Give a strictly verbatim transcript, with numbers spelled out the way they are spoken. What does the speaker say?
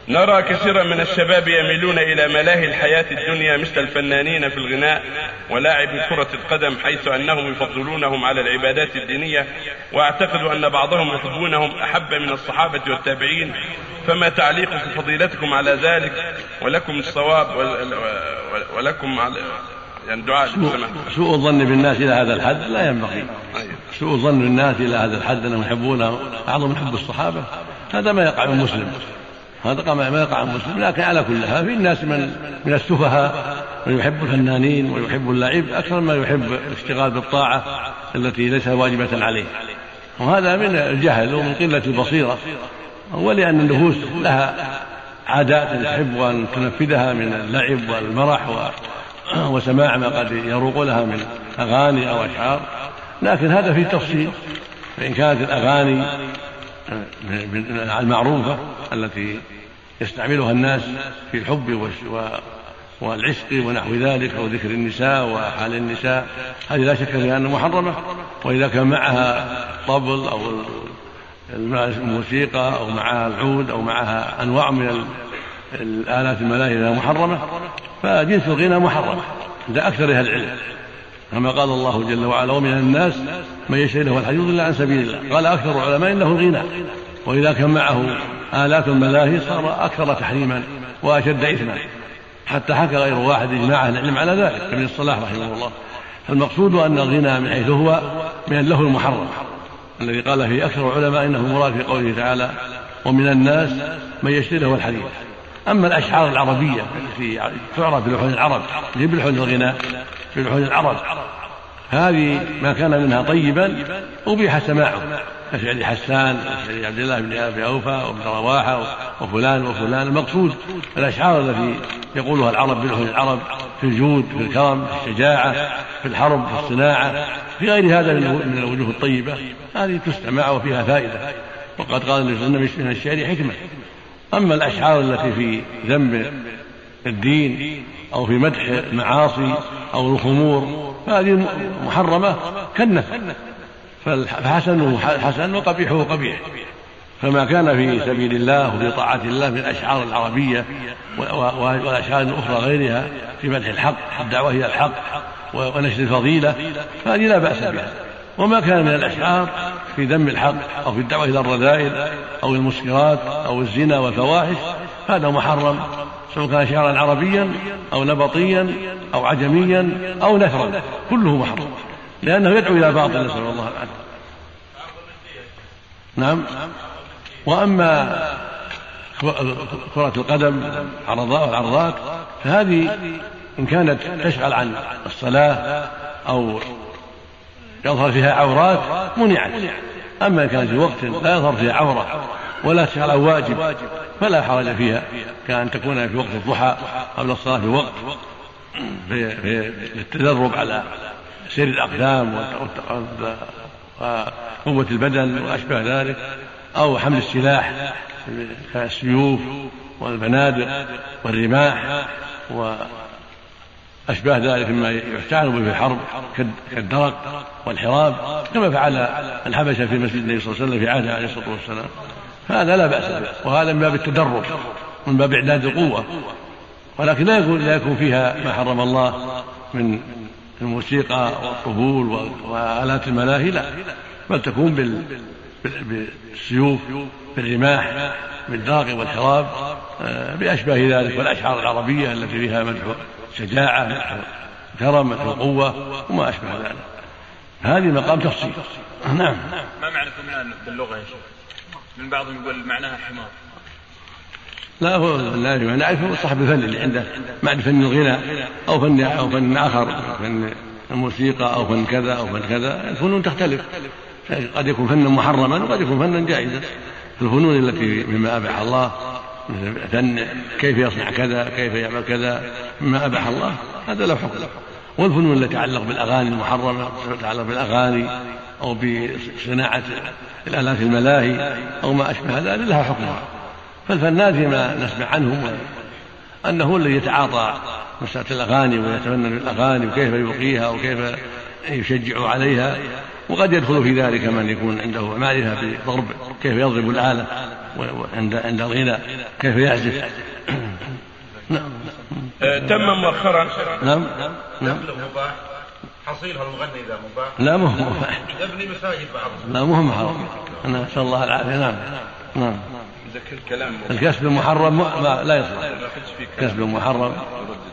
نرى كثيرا من الشباب يميلون إلى ملاهي الحياة الدنيا مثل الفنانين في الغناء ولاعبي كرة القدم، حيث أنهم يفضلونهم على العبادات الدينية، وأعتقد أن بعضهم يحبونهم أحب من الصحابة والتابعين. فما تعليق فضيلتكم على ذلك؟ ولكم الصواب ولكم على يعني دعاء. سوء الظن بالناس إلى هذا الحد لا ينبغي. سوء الظن بالناس إلى هذا الحد أنهم يحبونه أعظم من حب الصحابة، هذا ما يقع من مسلم، هذا ما يقع من مسلم. لكن على كل حال في الناس من من السفهاء من يحب الفنانين ويحب اللعب أكثر ما يحب الاشتغال بالطاعة التي ليس واجبة عليه، وهذا من الجهل ومن قلة البصيرة، ولأن النفوس لها عادات تحب أن تنفذها من اللعب والمرح وسماع ما قد يروق لها من أغاني أو أشعار. لكن هذا فيه تفصيل، فإن كانت الأغاني المعروفة التي يستعملها الناس في الحب والعشق ونحو ذلك، أو ذكر النساء وحال النساء، هذه لا شك فيها أنها محرمة. وإذا كان معها طبل أو الموسيقى أو معها العود أو معها أنواع من الآلات الملاهية محرمة، فجنس الغنى محرم عند أكثر أهل العلم، كما قال الله جل وعلا: ومن الناس من يشتري له الحديث إلا عن سبيل الله. قال أكثر العلماء إنه الغنى، وإذا كان معه آلات الملاهي صار أكثر تحريما وأشد إثما، حتى حكى غير واحد إجماع أهل العلم على ذلك ابن الصلاح رحمه الله. فالمقصود أن الغنى من حيث هو من له المحرم الذي قال فيه أكثر العلماء إنه مراد في قوله تعالى: ومن الناس من يشتري له الحديث. أما الأشعار العربية التي تعرف بلحون العرب، ليس بلحون الغناء، بلحون العرب، هذه ما كان منها طيبا أبيح سماعه، كشعر حسان وشعر عبد الله بن أبي أوفى وابن رواحة وفلان وفلان. المقصود الأشعار التي يقولها العرب بلحون العرب في الجود، في الكرم، في الشجاعة، في الحرب، في الصناعة، في غير هذا من الوجوه الطيبة، هذه تستمع وفيها فائدة. وقد قال النبي صلى الله عليه وسلم: من الشعر حكمة. أما الأشعار التي في ذم الدين أو في مدح المعاصي أو الخمور فهذه محرمة كالنفس، فحسنه حسن وقبيحه قبيح. فما كان في سبيل الله وفي طاعة الله من الأشعار العربية والأشعار الأخرى غيرها في مدح الحق، الدعوة إلى الحق ونشر الفضيلة، فهذه لا بأس بها. وما كان من الأشعار في ذم الحق أو في الدعوة إلى الرذائل أو المسكرات أو الزنا والفواحش هذا محرم، سواء كان شعرا عربيا أو نبطيا أو عجميا أو نثرا، كله محرم، لأنه يدعو إلى باطل، نسأل الله العافية. نعم. وأما كرة القدم والعرضات فهذه إن كانت تشغل عن الصلاة أو يظهر فيها عورات منعت. أما إن كانت في وقت لا يظهر فيها عورة ولا تشغل عن واجب فلا حرج فيها، كأن تكون في وقت الضحى قبل الصلاة في وقت في التدرب على سير الأقدام وقوة البدن وأشبه ذلك، أو حمل السلاح كالسيوف والبنادق والرماح وأشباه ذلك مما يستعان به في الحرب كالدرق والحراب، كما فعل الحبشة في مسجد النبي صلى الله عليه وسلم في عهده عليه الصلاة والسلام. هذا لا بأس به، وهذا من باب التدرب، من باب إعداد القوة، ولكن لا يكون, لا يكون فيها ما حرم الله من الموسيقى والطبول وآلات الملاهي، لا، بل تكون بال... بالسيوف، بالرماح، بالدرق والحراب، بأشباه ذلك، والأشعار العربية التي فيها مدح شجاعة، مدح كرم، مدح قوة وما أشبه ذلك. هذه مقام تفصيل. نعم. ما معنى فنان باللغة يا شيخ؟ من بعضهم يقول معناها حمار. لا، هو لا نعرف صاحب الفن اللي عنده معنى فن الغناء أو فن أو فن آخر، فن الموسيقى أو فن كذا أو فن كذا، الفنون تختلف، قد يكون فنا محرما وقد يكون فنا جائزا. الفنون التي مما أباح الله مثل فن كيف يصنع كذا، كيف يعمل كذا مما أباح الله، هذا له حكم. والفنون التي تتعلق بالأغاني المحرمة، تتعلق بالأغاني أو بصناعة الآلات الملاهي أو ما أشبه ذلك لها حكمها. فالفنان فيما نسمع عنهم أنه الذي يتعاطى مسألة الأغاني ويتفنن بالأغاني وكيف يلقيها وكيف يشجع عليها، وقد يدخل في ذلك من يكون عنده معرفة بضرب كيف يضرب الآلة عند عند الغنى كيف يعزف. نعم. آه تم مؤخرا. نعم نعم. مباح حصيلها المغني إذا مباح. لا مو مباح. يبني مساجد بعضهم. لا مو محرم. أنا نسأل الله العافية. نعم نعم. الكلام الكسب المحرم لا يصلح. كسب محرم